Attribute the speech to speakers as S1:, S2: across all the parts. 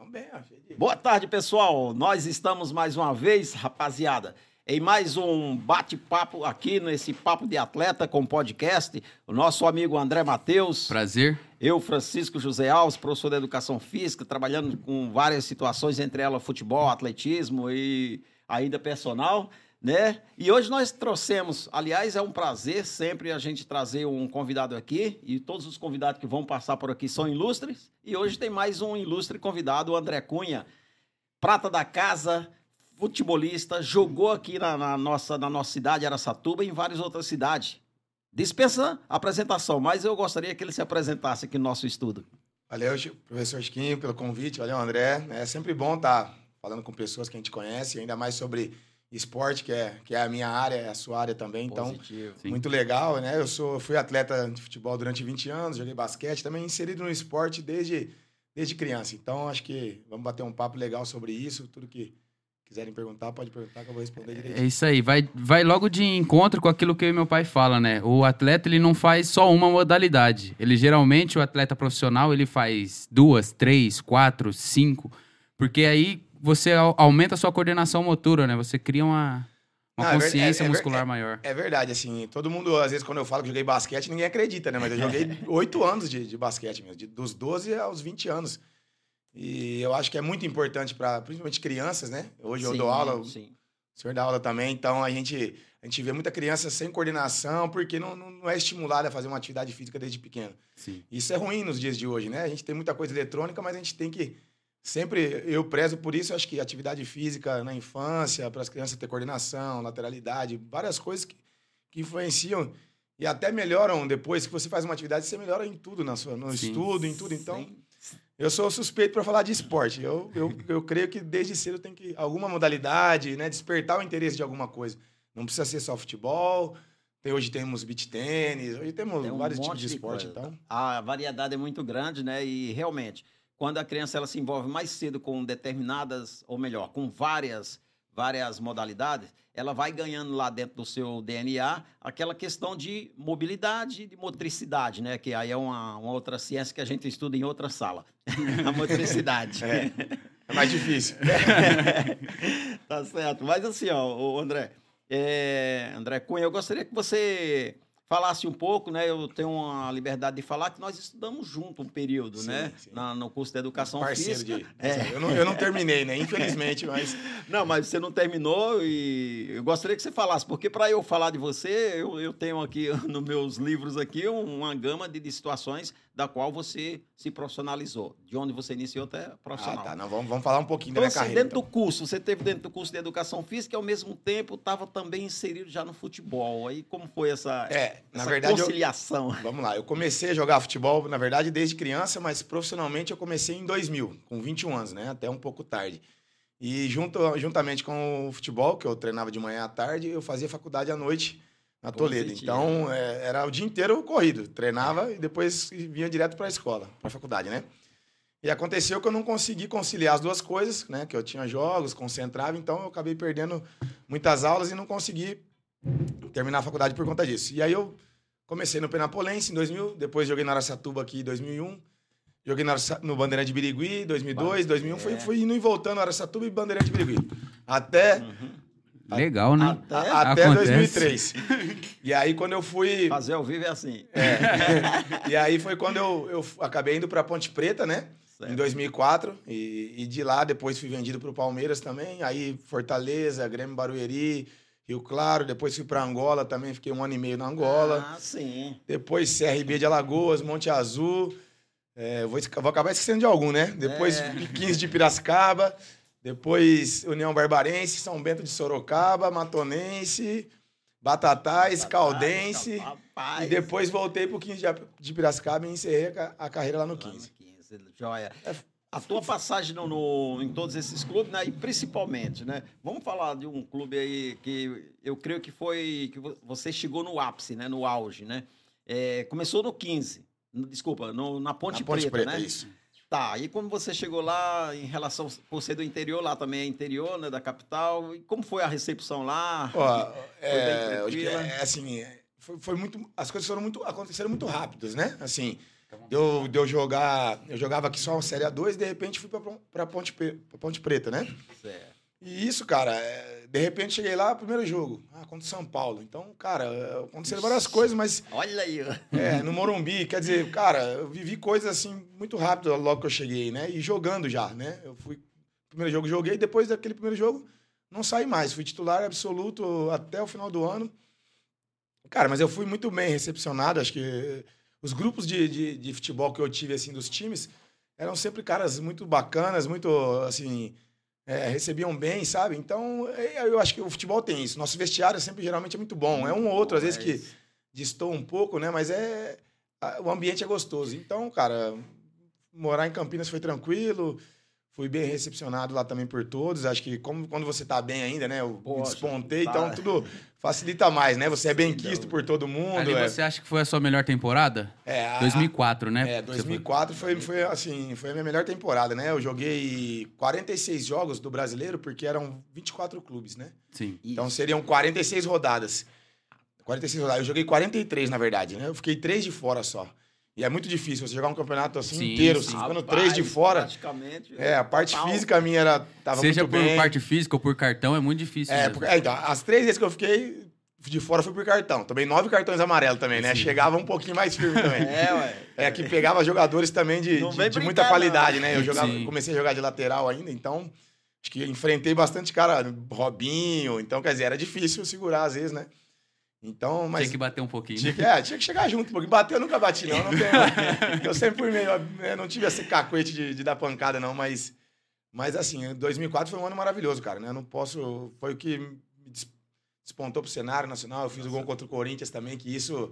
S1: Tamo bem, ó.
S2: Boa tarde, pessoal. Nós estamos mais uma vez, rapaziada, em mais um bate-papo aqui nesse Papo de Atleta com podcast. O nosso amigo André Matheus.
S3: Prazer.
S2: Eu, Francisco José Alves, professor de Educação Física, trabalhando com várias situações, entre elas futebol, atletismo e ainda personal, né? E hoje nós trouxemos, aliás, é um prazer sempre a gente trazer um convidado aqui, e todos os convidados que vão passar por aqui são ilustres, e hoje tem mais um ilustre convidado, o André Cunha, prata da casa, futebolista, jogou aqui na nossa cidade, Araçatuba, e em várias outras cidades. Dispensa a apresentação, mas eu gostaria que ele se apresentasse aqui no nosso estudo.
S1: Valeu, professor Chiquinho, pelo convite. Valeu, André. É sempre bom estar falando com pessoas que a gente conhece, ainda mais sobre esporte, que é a minha área, é a sua área também. Então,
S2: Positivo.
S1: muito legal, né? Eu fui atleta de futebol durante 20 anos, joguei basquete, também inserido no esporte desde criança. Então, acho que vamos bater um papo legal sobre isso. Tudo que quiserem perguntar, pode perguntar que eu vou responder direitinho.
S3: É isso aí, vai logo de encontro com aquilo que eu e meu pai fala, né? O atleta, ele não faz só uma modalidade. Ele, geralmente, o atleta profissional, ele faz 2, 3, 4, 5, porque aí você aumenta a sua coordenação motora, né? Você cria uma consciência muscular maior.
S1: É verdade, assim, todo mundo, às vezes, quando eu falo que joguei basquete, ninguém acredita, né? Mas eu joguei 8 anos de basquete mesmo, dos 12 aos 20 anos. E eu acho que é muito importante para, principalmente crianças, né? Hoje eu dou aula,
S2: sim.
S1: o senhor dá aula também, então a gente vê muita criança sem coordenação, porque não é estimulada a fazer uma atividade física desde pequeno.
S3: Sim.
S1: Isso é ruim nos dias de hoje, né? A gente tem muita coisa eletrônica, mas a gente tem que sempre, eu prezo por isso, eu acho que atividade física na infância, para as crianças ter coordenação, lateralidade, várias coisas que influenciam e até melhoram depois que você faz uma atividade, você melhora em tudo, no estudo, em tudo. Então, eu sou suspeito para falar de esporte. Eu creio que desde cedo tem que alguma modalidade, né, despertar o interesse de alguma coisa. Não precisa ser só futebol. Hoje temos beach tênis, hoje temos vários tipos de esporte. Então,
S2: a variedade é muito grande, né? E realmente, quando a criança ela se envolve mais cedo com determinadas, ou melhor, com várias modalidades, ela vai ganhando lá dentro do seu DNA aquela questão de mobilidade e de motricidade, né? Que aí é uma outra ciência que a gente estuda em outra sala. A motricidade.
S1: É mais difícil.
S2: Tá certo. Mas assim, ó, André Cunha, eu gostaria que você falasse um pouco, né? Eu tenho uma liberdade de falar que nós estudamos junto um período, né?
S1: Sim.
S2: No curso de Educação
S1: Parceiro
S2: Física.
S1: Eu não terminei, né? Infelizmente, mas...
S2: Não, mas você não terminou e eu gostaria que você falasse, porque para eu falar de você, eu tenho aqui nos meus livros aqui uma gama de situações da qual você se profissionalizou, de onde você iniciou até profissional.
S1: Tá. Não, vamos falar um pouquinho
S2: Então,
S1: da minha carreira.
S2: Dentro do curso, você esteve dentro do curso de Educação Física e, ao mesmo tempo, estava também inserido já no futebol. Aí, como foi essa conciliação?
S1: Vamos lá, eu comecei a jogar futebol, na verdade, desde criança, mas profissionalmente eu comecei em 2000, com 21 anos, né? Até um pouco tarde. E juntamente com o futebol, que eu treinava de manhã à tarde, eu fazia faculdade à noite na Toledo. Então, era o dia inteiro corrido. Treinava e depois vinha direto para a escola, para a faculdade, né? E aconteceu que eu não consegui conciliar as duas coisas, né? Que eu tinha jogos, concentrava, então eu acabei perdendo muitas aulas e não consegui terminar a faculdade por conta disso. E aí eu comecei no Penapolense em 2000, depois joguei na Araçatuba aqui em 2001, joguei no Bandeirante de Birigui em 2002, 2001, fui indo e voltando Araçatuba e Bandeirante de Birigui. Até...
S3: Legal, né?
S1: Até 2003. E aí, quando eu fui...
S2: Fazer ao vivo é assim.
S1: E aí foi quando eu acabei indo para Ponte Preta, né? Certo. Em 2004. E de lá, depois fui vendido para o Palmeiras também. Aí, Fortaleza, Grêmio Barueri, Rio Claro. Depois fui para Angola também. Fiquei 1 ano e meio na Angola.
S2: Ah, sim.
S1: Depois CRB de Alagoas, Monte Azul. Vou acabar esquecendo de algum, né? Depois 15 de Piracicaba. Depois União Barbarense, São Bento de Sorocaba, Matonense, Batatais, Caldense. E depois voltei pro 15 de Piracicaba e encerrei a carreira lá no 15.
S2: Joia. A tua passagem em todos esses clubes, né? E principalmente, né? Vamos falar de um clube aí que eu creio que que você chegou no ápice, né? No auge, né? Começou no 15. Desculpa, na Ponte Preta, né?
S1: Isso.
S2: Tá, e como você chegou lá, em relação, por ser do interior, lá também é interior, né, da capital, e como foi a recepção lá?
S1: Foi bem tranquila? Assim, foi muito, as coisas aconteceram muito rápidas, né? Assim, Eu jogava aqui só uma Série A2 e de repente fui pra Ponte Preta, né?
S2: Certo.
S1: E isso, cara, de repente cheguei lá, primeiro jogo, contra o São Paulo. Então, cara, aconteceram várias coisas, mas...
S2: Olha aí, ó.
S1: no Morumbi, quer dizer, cara, eu vivi coisas assim muito rápido logo que eu cheguei, né? E jogando já, né? Eu fui, primeiro jogo joguei, depois daquele primeiro jogo não saí mais. Fui titular absoluto até o final do ano. Cara, mas eu fui muito bem recepcionado, acho que os grupos de futebol que eu tive, assim, dos times, eram sempre caras muito bacanas, muito, assim... recebiam bem, sabe? Então, eu acho que o futebol tem isso. Nosso vestiário sempre, geralmente, é muito bom. É um ou outro, às vezes, que destoa um pouco, né? Mas o ambiente é gostoso. Então, cara, morar em Campinas foi tranquilo. Fui bem recepcionado lá também por todos. Acho que quando você tá bem ainda, né? Eu me despontei, então tudo facilita mais, né? Você é bem quisto por todo mundo.
S3: Ali você acha que foi a sua melhor temporada? 2004, né?
S1: 2004 foi assim, foi a minha melhor temporada, né? Eu joguei 46 jogos do Brasileiro, porque eram 24 clubes, né?
S3: Sim.
S1: Então seriam 46 rodadas. 46 rodadas. Eu joguei 43, na verdade, né? Eu fiquei 3 de fora só. E é muito difícil você jogar um campeonato assim inteiro, ficando 3 de fora.
S2: Praticamente.
S1: A parte física minha tava
S3: Seja
S1: muito bem.
S3: Seja por parte física ou por cartão, é muito difícil.
S1: Então, as 3 vezes que eu fiquei de fora fui por cartão. Também 9 cartões amarelos também, né? Sim. Chegava um pouquinho mais firme também. Que pegava jogadores também de muita qualidade, né? Eu comecei a jogar de lateral ainda, então acho que enfrentei bastante cara, Robinho. Então, quer dizer, era difícil segurar às vezes, né? Então, mas...
S3: Tinha que bater um pouquinho.
S1: Tinha que chegar junto, porque bater eu nunca bati, não. Eu sempre fui meio... não tive esse cacuete de dar pancada, não, mas assim, 2004 foi um ano maravilhoso, cara, né? Eu não posso... Foi o que me despontou pro cenário nacional. Eu fiz o gol contra o Corinthians também, que isso...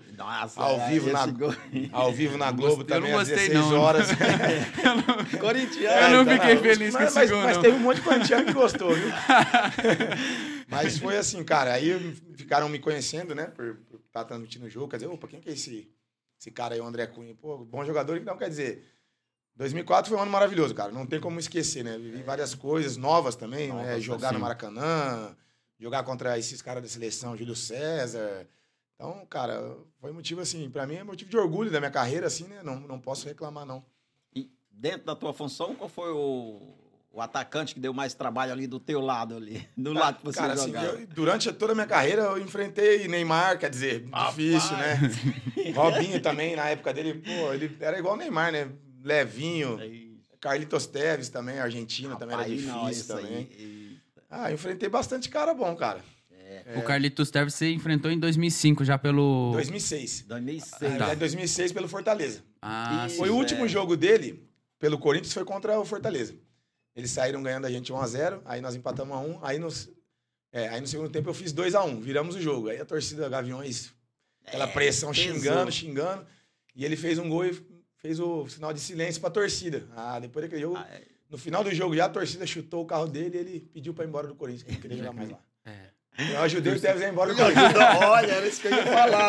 S1: ao vivo na Globo também, às 16 horas.
S2: Corintiano.
S3: Eu não fiquei feliz com esse gol,
S1: mas teve um monte de corintiano que gostou, viu? Mas foi assim, cara, aí ficaram me conhecendo, né, por estar transmitindo o jogo, quer dizer, opa, quem que é esse cara aí, o André Cunha? Pô, bom jogador, então, quer dizer, 2004 foi um ano maravilhoso, cara, não tem como esquecer, né, vivi várias coisas novas também, né, jogar no Maracanã, jogar contra esses caras da seleção, Júlio César, então, cara, foi motivo, assim, pra mim é motivo de orgulho da minha carreira, assim, né, não posso reclamar, não.
S2: E dentro da tua função, qual foi o atacante que deu mais trabalho ali do teu lado ali, do lado que você jogava?
S1: Assim, durante toda a minha carreira eu enfrentei Neymar, quer dizer, difícil, né? Robinho também, na época dele, pô, ele era igual o Neymar, né? Levinho, Carlitos Tevez também, argentino, também era difícil também. Eu enfrentei bastante cara bom, cara.
S3: O Carlitos Tevez você enfrentou em 2005 já pelo...
S1: 2006.
S2: 2006.
S1: Tá. 2006 pelo Fortaleza. Foi
S3: sim.
S1: O último jogo dele, pelo Corinthians, foi contra o Fortaleza. Eles saíram ganhando a gente 1-0, aí nós empatamos 1, aí no segundo tempo eu fiz 2-1, viramos o jogo. Aí a torcida Gaviões, aquela pressão, xingando, e ele fez um gol e fez o sinal de silêncio pra torcida. Depois daquele jogo, no final do jogo já a torcida chutou o carro dele e ele pediu pra ir embora do Corinthians, que não queria jogar mais lá. Eu ajudei o Tevez a ir embora do Corinthians.
S2: Olha, era isso que eu ia falar,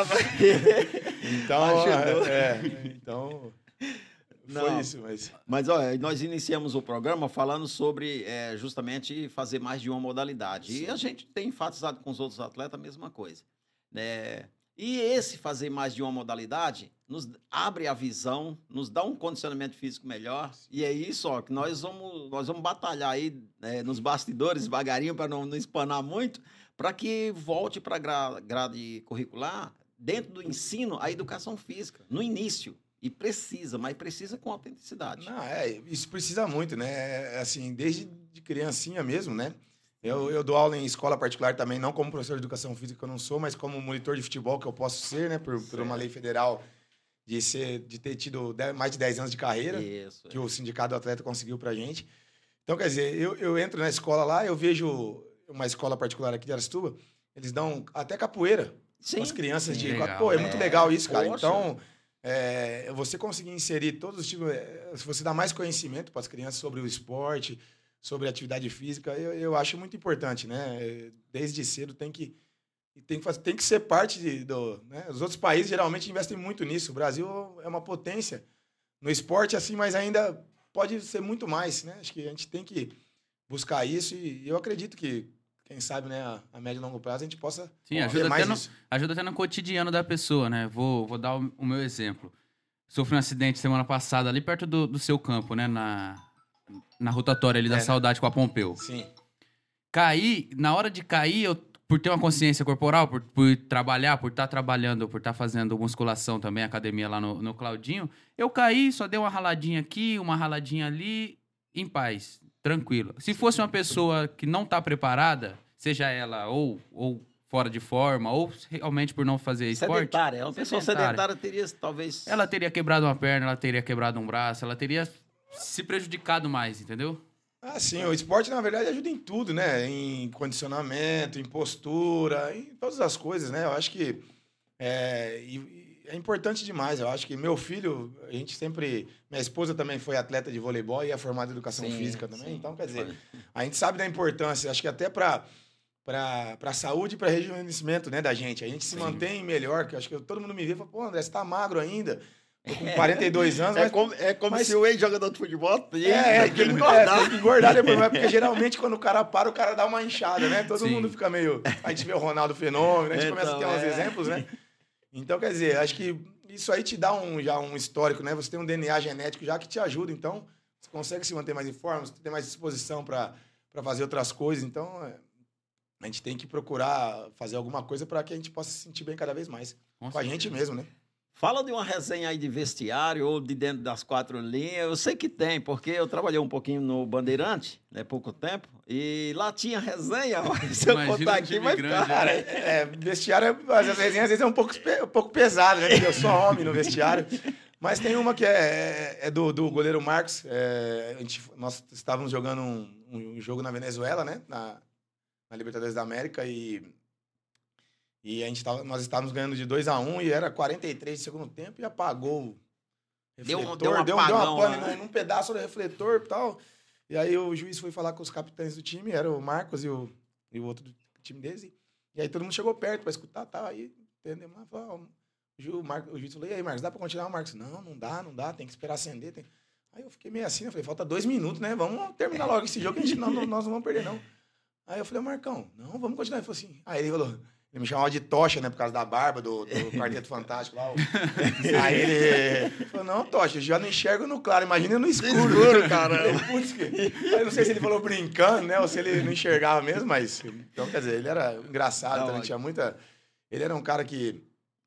S1: Então... Foi isso,
S2: mas olha, nós iniciamos o programa falando sobre justamente fazer mais de uma modalidade. Sim. E a gente tem enfatizado com os outros atletas a mesma coisa. E esse fazer mais de uma modalidade nos abre a visão, nos dá um condicionamento físico melhor. E é isso, ó, que nós vamos batalhar aí nos bastidores devagarinho para não espanar muito, para que volte para a grade curricular, dentro do ensino, a educação física, no início. E mas precisa com autenticidade.
S1: Não, isso precisa muito, né? Assim, desde criancinha mesmo, né? Eu dou aula em escola particular também, não como professor de educação física, que eu não sou, mas como monitor de futebol, que eu posso ser, né? Por uma lei federal de ter tido mais de 10 anos de carreira, que o Sindicato do Atleta conseguiu pra gente. Então, quer dizer, eu entro na escola lá, eu vejo uma escola particular aqui de Araçatuba, eles dão até capoeira com as crianças de...
S3: Legal,
S1: Pô, é muito legal isso, cara.
S2: Poxa.
S1: Então... você conseguir inserir todos os tipos... se você dá mais conhecimento para as crianças sobre o esporte, sobre a atividade física, eu acho muito importante, né? Desde cedo tem que ser parte né? Os outros países geralmente investem muito nisso. O Brasil é uma potência no esporte, assim, mas ainda pode ser muito mais, né? Acho que a gente tem que buscar isso e eu acredito que quem sabe, né, a médio e longo prazo, a gente possa...
S3: Sim, ajuda até no cotidiano da pessoa, né? Vou dar o meu exemplo. sofri um acidente semana passada ali perto do seu campo, né? Na rotatória ali da Saudade com a Pompeu.
S1: Sim.
S3: Caí, na hora de cair, eu, por ter uma consciência corporal, por trabalhar, por estar trabalhando, por estar fazendo musculação também, academia lá no Claudinho, eu caí, só dei uma raladinha aqui, uma raladinha ali, em paz, tranquilo. Se fosse uma pessoa que não está preparada, seja ela ou fora de forma, ou realmente por não fazer esporte...
S2: Sedentária, uma pessoa sedentária teria, talvez...
S3: Ela teria quebrado uma perna, ela teria quebrado um braço, ela teria se prejudicado mais, entendeu?
S1: Ah, sim, o esporte, na verdade, ajuda em tudo, né? Em condicionamento, em postura, em todas as coisas, né? Eu acho que é importante demais. Eu acho que meu filho, a gente sempre... Minha esposa também foi atleta de voleibol e é formada em educação física também. Sim. Então, quer dizer, a gente sabe da importância, acho que até para a saúde e para rejuvenescimento, né, da gente. A gente se mantém melhor, que eu acho que todo mundo me vê e fala, pô, André, você tá magro ainda. Tô com 42 anos,
S2: mas se o ex-jogador de futebol
S1: tem que engordar depois, mas porque geralmente quando o cara para, o cara dá uma inchada, né? Todo mundo fica meio... A gente vê o Ronaldo Fenômeno, a gente começa a ter uns exemplos, né? Então, quer dizer, acho que isso aí te dá já um histórico, né? Você tem um DNA genético já que te ajuda, então você consegue se manter mais em forma, você tem mais disposição para fazer outras coisas, então a gente tem que procurar fazer alguma coisa para que a gente possa se sentir bem cada vez mais com a gente mesmo, né?
S2: Fala de uma resenha aí de vestiário ou de dentro das quatro linhas. Eu sei que tem, porque eu trabalhei um pouquinho no Bandeirante, né, pouco tempo, e lá tinha resenha. Se eu contar aqui, vai ficar.
S1: Cara, vestiário, as resenhas às vezes é um pouco pesado, né? Porque eu sou homem no vestiário. Mas tem uma que é do goleiro Marcos. Nós estávamos jogando um jogo na Venezuela, né? Na Libertadores da América, e nós estávamos ganhando de 2-1 e era 43 de segundo tempo e apagou o refletor. Deu uma pane num pedaço do refletor e tal. E aí o juiz foi falar com os capitães do time, era o Marcos e o outro do time deles. E aí todo mundo chegou perto para escutar, tá? Aí, entendeu? O juiz falou, e aí, Marcos, dá para continuar? O Marcos, não dá, tem que esperar acender. Aí eu fiquei meio assim, eu falei, falta 2 minutos, né? Vamos terminar logo esse jogo, nós não vamos perder, não. Aí eu falei, Marcão, não, vamos continuar. Ele falou assim, aí ele falou... Ele me chamava de Tocha, né? Por causa da barba do Quarteto Fantástico lá. Aí ele falou, não, Tocha, eu já não enxergo no claro, imagina no escuro. Caramba. Putz, eu não sei se ele falou brincando, né? Ou se ele não enxergava mesmo, mas... Então, quer dizer, ele era engraçado, então, ele tinha muita... Ele era um cara que,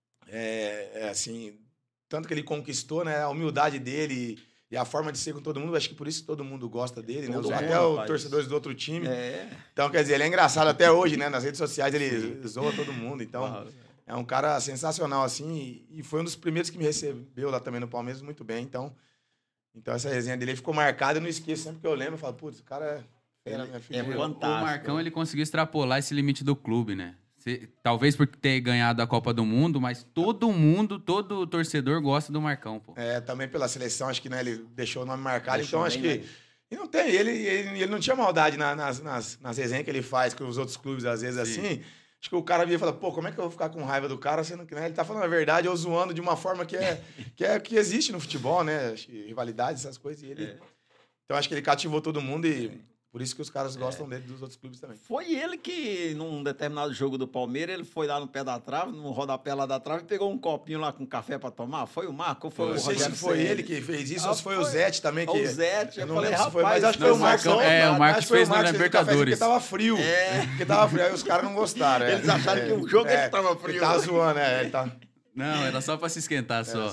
S1: assim... Tanto que ele conquistou, né? A humildade dele e a forma de ser com todo mundo. Acho que por isso todo mundo gosta dele, né? Até os torcedores do outro time. Então, quer dizer, ele é engraçado até hoje, né? Nas redes sociais ele zoa todo mundo. Então, é um cara sensacional, assim. E foi um dos primeiros que me recebeu lá também no Palmeiras muito bem. Então essa resenha dele ficou marcada. Eu não esqueço, sempre que eu lembro, eu falo, putz, o cara era minha filha.
S3: É fantástico. O Marcão, ele conseguiu extrapolar esse limite do clube, né? Talvez por ter ganhado a Copa do Mundo, mas todo torcedor gosta do Marcão, pô.
S1: Também pela seleção, acho que, né, ele deixou o nome marcado, então acho que... E não tem, ele não tinha maldade nas resenhas que ele faz com os outros clubes, às vezes, assim. Acho que o cara via e fala, pô, como é que eu vou ficar com raiva do cara, sendo que, né, ele tá falando a verdade ou zoando de uma forma que existe no futebol, né? Rivalidade, essas coisas. Então acho que ele cativou todo mundo e... Por isso que os caras gostam dele dos outros clubes também.
S2: Foi ele que, num determinado jogo do Palmeiras, ele foi lá no pé da trave, no rodapé lá da trave, e pegou um copinho lá com café pra tomar. Foi o Marco ou foi o Rogério?
S1: Não sei se foi ele que fez isso ou se foi o Zete também.
S2: O Zete,
S1: eu não lembro se foi, mas acho que foi o Marcos.
S3: O Marcos fez no Libertadores.
S1: Porque tava frio. Porque tava frio, aí os caras não gostaram.
S2: Eles acharam que o jogo ele tava frio.
S1: Ele tava zoando, ele tá...
S3: Não, era só pra se esquentar só.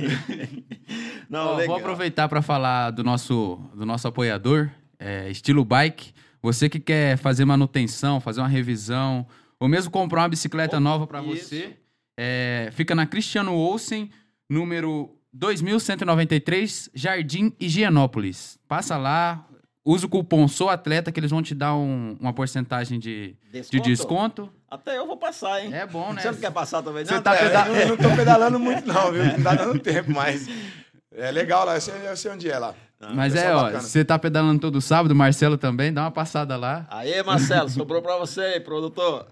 S2: Não,
S3: vou aproveitar pra falar do nosso apoiador, Estilo Bike. Você que quer fazer manutenção, fazer uma revisão, ou mesmo comprar uma bicicleta nova para você, fica na Cristiano Olsen, número 2193, Jardim Higienópolis. Passa lá, usa o cupom SOUATLETA que eles vão te dar uma porcentagem de desconto.
S2: Até eu vou passar, hein?
S3: É bom, né?
S2: Você não quer passar também?
S1: Não, eu não tô pedalando muito não, viu? Não tá dando tempo, mas é legal lá, eu sei onde é lá.
S3: Mas você tá pedalando todo sábado, Marcelo também, dá uma passada lá.
S2: Aí, Marcelo, sobrou pra você aí, produtor.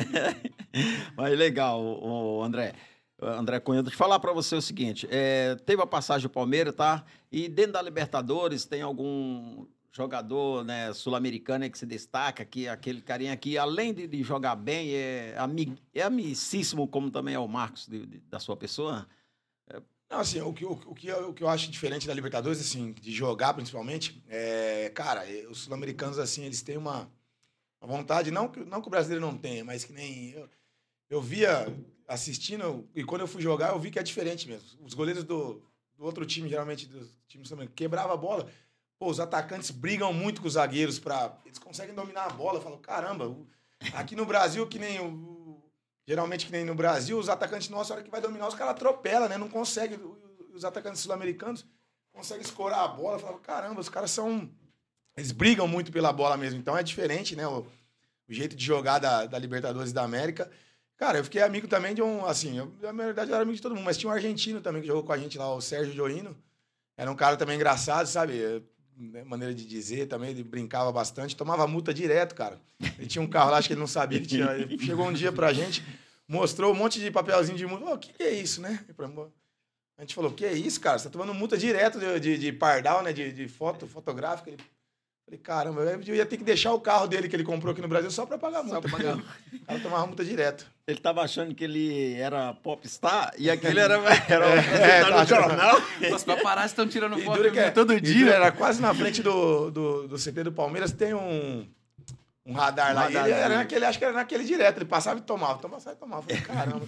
S2: Mas legal, o André Cunha, deixa eu falar pra você o seguinte, teve a passagem do Palmeiras, tá? E dentro da Libertadores tem algum jogador, né, sul-americano que se destaca, que aquele carinha aqui, além de jogar bem, é amicíssimo, como também é o Marcos da sua pessoa?
S1: Não, assim, o que eu acho diferente da Libertadores, assim, de jogar principalmente, cara, os sul-americanos, assim, eles têm uma vontade, não que o brasileiro não tenha, mas que nem eu via assistindo, e quando eu fui jogar, eu vi que é diferente mesmo. Os goleiros do outro time, geralmente do time sul-americano, quebrava a bola. Pô, os atacantes brigam muito com os zagueiros eles conseguem dominar a bola. Eu falo, caramba, aqui no Brasil, geralmente que nem no Brasil, os atacantes nossos, a hora que vai dominar, os caras atropelam, né? Não conseguem, os atacantes sul-americanos conseguem escorar a bola. Eu falo, caramba, os caras eles brigam muito pela bola mesmo. Então é diferente, né? O jeito de jogar da Libertadores da América. Cara, eu fiquei amigo também de assim, na verdade eu era amigo de todo mundo, mas tinha um argentino também que jogou com a gente lá, o Sérgio Joino. Era um cara também engraçado, sabe? Maneira de dizer também, ele brincava bastante, tomava multa direto, cara. Ele tinha um carro lá, acho que ele não sabia que tinha. Ele chegou um dia pra gente, mostrou um monte de papelzinho de multa. O que é isso, né? A gente falou, que é isso, cara? Você tá tomando multa direto de pardal, né? De fotográfica. Falei, caramba, eu ia ter que deixar o carro dele que ele comprou aqui no Brasil só pra pagar a multa. O cara tomava multa direto.
S2: Ele tava achando que ele era popstar e aquele era no jornal.
S3: Os paparazzi estão tirando foto
S1: todo dia. Era quase na frente do CT do Palmeiras, tem um radar lá. Ele era acho que era naquele direto. Ele passava e tomava. Passava e tomava. Falei, caramba.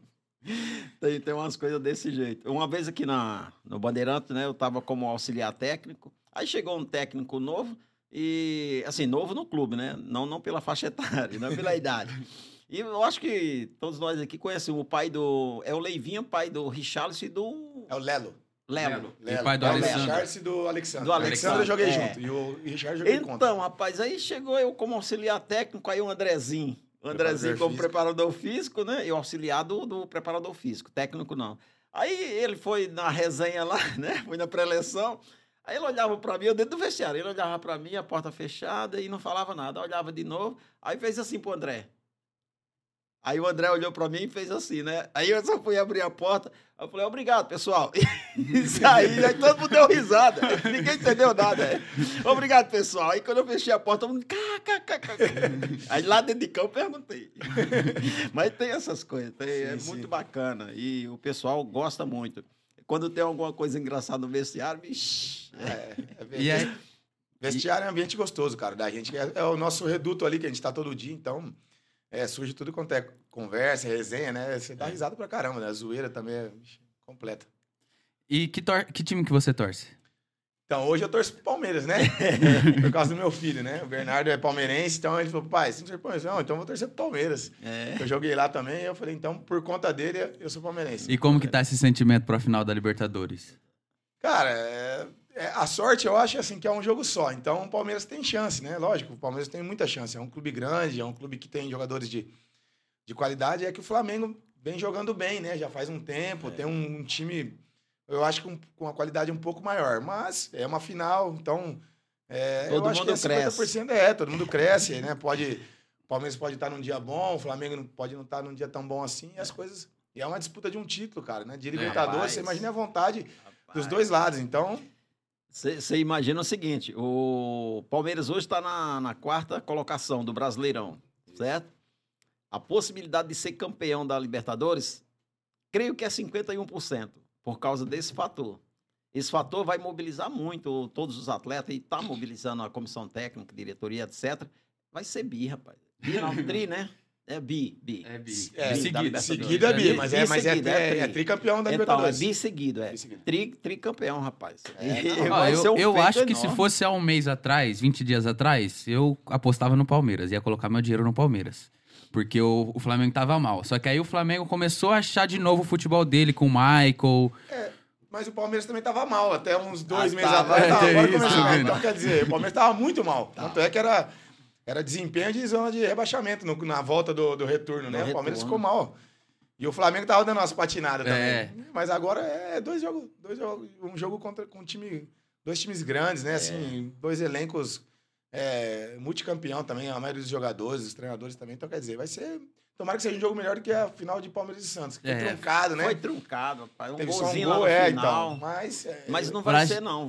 S2: Tem umas coisas desse jeito. Uma vez aqui no Bandeirante, né? Eu tava como auxiliar técnico. Aí chegou um técnico novo. E, assim, novo no clube, né? Não pela faixa etária, não pela idade. E eu acho que todos nós aqui conhecemos o pai é o Leivinho, pai do Richarlison e do...
S1: É o Lelo.
S3: E pai do Alexandre.
S1: O Richarlison e do Alexandre.
S2: Do
S1: Alexandre eu joguei junto. E o Richard joguei contra.
S2: Então, rapaz, aí chegou eu como auxiliar técnico, aí o Andrezinho. O Andrezinho como preparador físico, né? E o auxiliar do preparador físico, técnico não. Aí ele foi na resenha lá, né? Foi na pré-eleição. Aí ele olhava pra mim, eu dentro do vestiário, ele olhava pra mim, a porta fechada e não falava nada. Olhava de novo, aí fez assim pro André. Aí o André olhou pra mim e fez assim, né? Aí eu só fui abrir a porta, eu falei, obrigado, pessoal. E saí, aí todo mundo deu risada, ninguém entendeu nada. Obrigado, pessoal. Aí quando eu fechei a porta, todo mundo... Aí lá dentro de campo eu perguntei. Mas tem essas coisas, muito bacana. E o pessoal gosta muito. Quando tem alguma coisa engraçada no vestiário, vixi.
S1: Vestiário é um ambiente gostoso, cara. Da gente é o nosso reduto ali, que a gente tá todo dia, então surge tudo quanto é conversa, resenha, né? Você dá risada pra caramba, né? A zoeira também é completa.
S3: E que time que você torce?
S1: Então, hoje eu torço pro Palmeiras, né? Por causa do meu filho, né? O Bernardo é palmeirense, então ele falou, pai, você não torce pro Palmeiras? Não, então eu vou torcer pro Palmeiras. Eu joguei lá também, eu falei, então, por conta dele, eu sou palmeirense.
S3: E como que tá esse sentimento pra final da Libertadores?
S1: Cara, a sorte, eu acho, assim, que é um jogo só. Então, o Palmeiras tem chance, né? Lógico, o Palmeiras tem muita chance. É um clube grande, é um clube que tem jogadores de qualidade. É que o Flamengo vem jogando bem, né? Já faz um tempo, tem um time... Eu acho que com uma qualidade um pouco maior. Mas é uma final, então...
S2: todo mundo cresce.
S1: Todo mundo cresce, né? O Palmeiras pode estar num dia bom, o Flamengo pode não estar num dia tão bom assim. E as coisas... E é uma disputa de um título, cara, né? De Libertadores, você imagina a vontade dos dois lados. Então...
S2: Você imagina o seguinte, o Palmeiras hoje está na quarta colocação do Brasileirão, certo? A possibilidade de ser campeão da Libertadores, creio que é 51%. Por causa desse fator. Esse fator vai mobilizar muito todos os atletas e está mobilizando a comissão técnica, diretoria, etc. Vai ser bi, rapaz. Bi não, tri, né? É bi.
S3: É bi.
S1: Seguido é bi, mas é tricampeão da Libertadores.
S2: Então, é bi seguido, tricampeão, rapaz.
S3: Eu acho que se fosse há um mês atrás, 20 dias atrás, eu apostava no Palmeiras, ia colocar meu dinheiro no Palmeiras. Porque o Flamengo tava mal. Só que aí o Flamengo começou a achar de novo o futebol dele com o Michael.
S1: Mas o Palmeiras também tava mal, até uns 2 meses atrás. Agora começou. Então, quer dizer, o Palmeiras tava muito mal. Tanto é que era desempenho de zona de rebaixamento na volta do retorno, né? O Palmeiras ficou mal. E o Flamengo tava dando umas patinadas também. Mas agora é dois jogos. Um jogo com dois times grandes, né? Assim, 2 elencos... multicampeão também, a maioria dos jogadores, dos treinadores também. Então, quer dizer, vai ser... Tomara que seja um jogo melhor do que a final de Palmeiras e Santos. Que foi truncado, né?
S2: Foi truncado, rapaz.
S1: Teve golzinho lá no final. Então,
S2: mas não vai ser, não.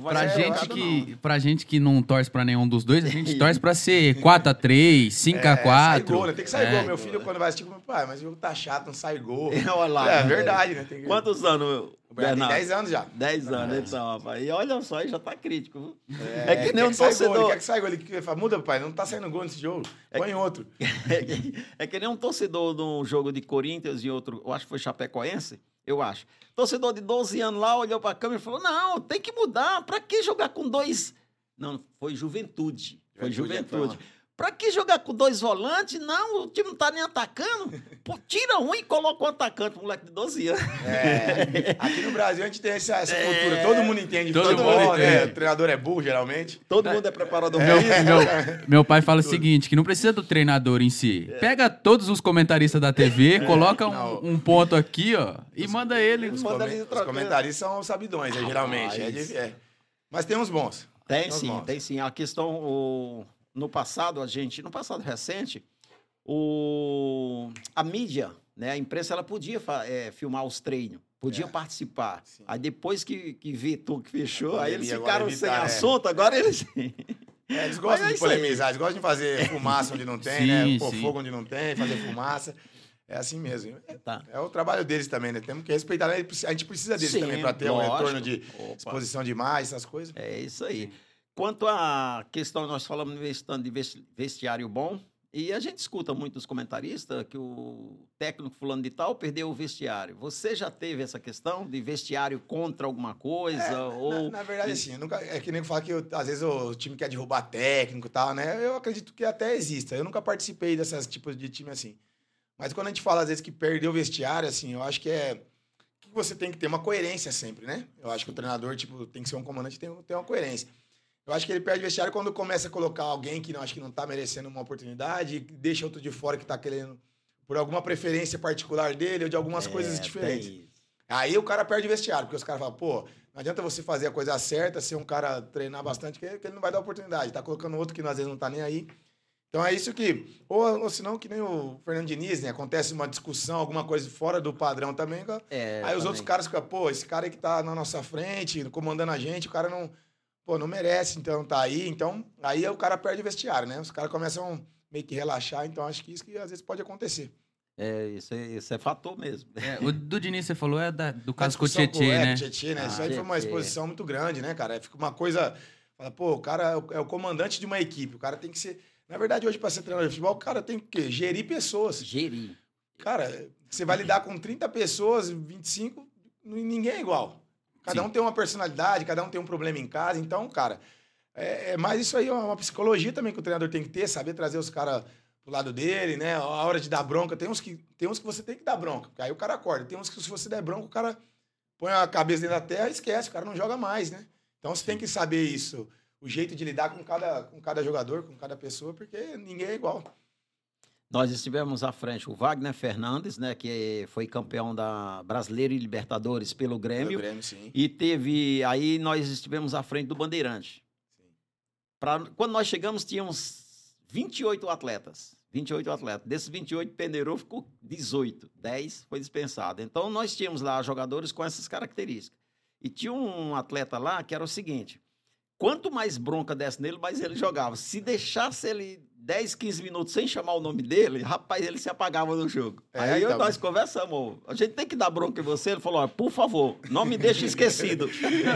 S3: Pra gente que não torce pra nenhum dos dois, a gente torce pra ser 4-3, 5-4.
S1: Sai gol, né? Tem que sair gol. Meu filho, quando vai assistir, pai, mas o jogo tá chato, não sai gol.
S2: Olha lá.
S1: É verdade, né?
S2: Quantos anos
S1: O Bernardo tem 10 anos já.
S2: 10 anos, então, rapaz. E olha só, aí já tá crítico.
S1: É
S2: que nem um torcedor.
S1: Ele quer que saia gol. Ele fala, muda, pai, não tá saindo gol nesse jogo. Põe outro.
S2: É que nem um torcedor de um jogo de Corinthians e outro, eu acho que foi Chapecoense, eu acho. Torcedor de 12 anos lá, olhou pra câmera e falou, não, tem que mudar. Pra que jogar com 2... Não, foi Juventude. Foi Juventude. Pra que jogar com 2 volantes? Não, o time não tá nem atacando. Pô, tira um e coloca um atacante, um moleque de 12 anos.
S1: Aqui no Brasil a gente tem essa cultura. Todo mundo entende
S3: Todo
S1: futebol,
S3: mundo
S1: né?
S3: entende.
S1: O treinador é burro, geralmente.
S2: Todo mundo é preparador
S3: Meu pai fala o seguinte, que não precisa do treinador em si. Pega todos os comentaristas da TV, coloca um ponto aqui, ó, e manda ele.
S1: Os comentaristas são sabidões, geralmente. Mas tem uns bons.
S2: Tem sim. A questão, no passado recente, a mídia, né, a imprensa, ela podia filmar os treinos, podia participar. Sim. Aí depois que vetou, que fechou, aí eles ficaram sem assunto, agora eles...
S1: Eles gostam de polemizar, eles gostam de fazer fumaça onde não tem, né? Pôr fogo onde não tem, fazer fumaça. É assim mesmo. É o trabalho deles também, né? Temos que respeitar. A gente precisa deles também para ter um retorno de exposição de imagem, essas coisas.
S2: É isso aí. Quanto à questão, nós falamos de vestiário bom, e a gente escuta muito dos comentaristas que o técnico fulano de tal perdeu o vestiário. Você já teve essa questão de vestiário contra alguma coisa?
S1: Na verdade, assim, é que nem falar que às vezes o time quer derrubar técnico e tal, né? Eu acredito que até exista. Eu nunca participei desses tipos de time assim. Mas quando a gente fala, às vezes, que perdeu o vestiário, assim, eu acho que que você tem que ter uma coerência sempre, né? Eu acho que o treinador, tem que ser um comandante, tem uma coerência. Eu acho que ele perde o vestiário quando começa a colocar alguém que acho que não tá merecendo uma oportunidade e deixa outro de fora que tá querendo por alguma preferência particular dele ou de algumas coisas diferentes. Aí o cara perde o vestiário, porque os caras falam, pô, não adianta você fazer a coisa certa, ser um cara treinar bastante, que ele não vai dar oportunidade. Tá colocando outro que às vezes não tá nem aí. Então é isso que... Ou senão, que nem o Fernando Diniz, né? Acontece uma discussão, alguma coisa fora do padrão também. Aí os outros caras ficam, pô, esse cara aí que tá na nossa frente, comandando a gente, o cara não merece, então tá aí. Então, aí o cara perde o vestiário, né? Os caras começam meio que relaxar, então acho que isso que às vezes pode acontecer.
S2: Isso é fator mesmo.
S3: O do Diniz, você falou, do caso com o Tietê, né?
S1: Tietê, né? Isso aí foi uma exposição muito grande, né, cara? Fica uma coisa... Fala, pô, o cara é o comandante de uma equipe, o cara tem que ser... Na verdade, hoje, para ser treinador de futebol, o cara tem que gerir pessoas. Cara, você vai lidar com 30 pessoas, 25, ninguém é igual. Cada um tem uma personalidade, cada um tem um problema em casa. Então, cara, mas isso aí é uma psicologia também que o treinador tem que ter, saber trazer os caras pro lado dele, né? A hora de dar bronca. Tem uns que você tem que dar bronca, porque aí o cara acorda. Tem uns que, se você der bronca, o cara põe a cabeça dentro da terra e esquece, o cara não joga mais, né? Então, você tem que saber isso. O jeito de lidar com cada jogador, com cada pessoa, porque ninguém é igual.
S2: Nós estivemos à frente o Wagner Fernandes, né, que foi campeão da Brasileiro e Libertadores pelo Grêmio.
S1: Sim.
S2: E aí nós estivemos à frente do Bandeirante. Sim. Quando nós chegamos, tínhamos 28 atletas. Desses 28, peneirou, ficou 18. 10 foi dispensado. Então, nós tínhamos lá jogadores com essas características. E tinha um atleta lá que era o seguinte... Quanto mais bronca desse nele, mais ele jogava. Se deixasse ele 10, 15 minutos sem chamar o nome dele, rapaz, ele se apagava no jogo. Aí então... nós conversamos. A gente tem que dar bronca em você. Ele falou, por favor, não me deixe esquecido.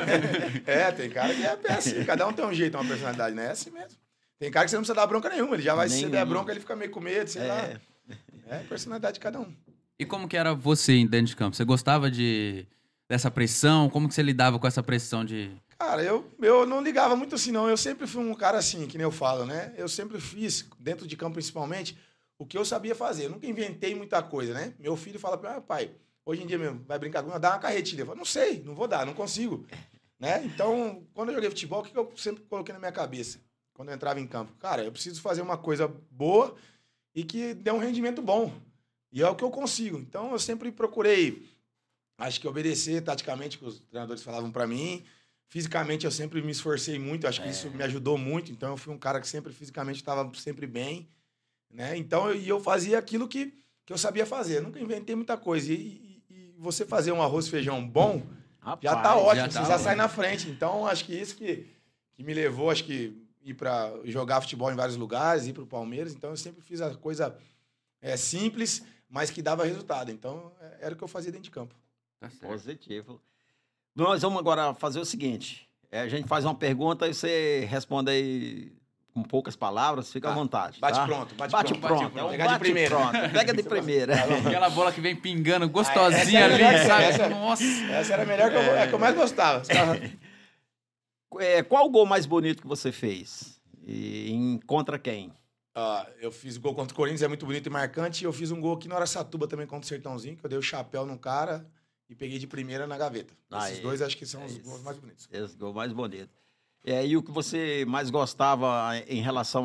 S1: Tem cara que é assim. Cada um tem um jeito, uma personalidade, né? É assim mesmo. Tem cara que você não precisa dar bronca nenhuma. Ele já vai, se der bronca, ele fica meio com medo, sei lá. É a personalidade de cada um.
S3: E como que era você dentro de campo? Você gostava dessa pressão? Como que você lidava com essa pressão de...
S1: Cara, eu não ligava muito assim, não. Eu sempre fui um cara assim, que nem eu falo, né? Eu sempre fiz, dentro de campo principalmente, o que eu sabia fazer. Eu nunca inventei muita coisa, né? Meu filho fala pra mim, pai, hoje em dia mesmo, vai brincar comigo, dá uma carretilha. Eu falo, não sei, não vou dar, não consigo. Né? Então, quando eu joguei futebol, o que eu sempre coloquei na minha cabeça? Quando eu entrava em campo? Cara, eu preciso fazer uma coisa boa e que dê um rendimento bom. E é o que eu consigo. Então, eu sempre procurei, acho que obedecer taticamente o que os treinadores falavam pra mim. Fisicamente, eu sempre me esforcei muito, acho que isso me ajudou muito. Então, eu fui um cara que sempre, fisicamente, estava sempre bem. Né? Então, eu fazia aquilo que eu sabia fazer. Eu nunca inventei muita coisa. E você fazer um arroz e feijão bom, rapaz, já tá ótimo, você já sai na frente. Então, acho que isso que me levou, acho que ir para jogar futebol em vários lugares, ir para o Palmeiras. Então, eu sempre fiz a coisa simples, mas que dava resultado. Então, era o que eu fazia dentro de campo.
S2: Tá certo. Positivo. Nós vamos agora fazer o seguinte. A gente faz uma pergunta e você responde aí com poucas palavras, fica à vontade.
S1: Bate
S2: tá?
S1: pronto.
S2: Bate pronto. É um
S1: Pega de primeira.
S2: bate-pronto. Pega de primeira.
S3: Aquela bola que vem pingando gostosinha
S1: essa
S3: ali,
S1: era
S3: sabe?
S1: essa-
S3: Nossa.
S1: Essa era a melhor que eu mais gostava.
S2: Qual o gol mais bonito que você fez? E contra quem?
S1: Eu fiz gol contra o Corinthians, é muito bonito e marcante. E eu fiz um gol aqui no Araçatuba também contra o Sertãozinho, que eu dei o chapéu num cara e peguei de primeira na gaveta. Esses dois acho que são os gols mais bonitos.
S2: Esse gol mais bonito. E o que você mais gostava em relação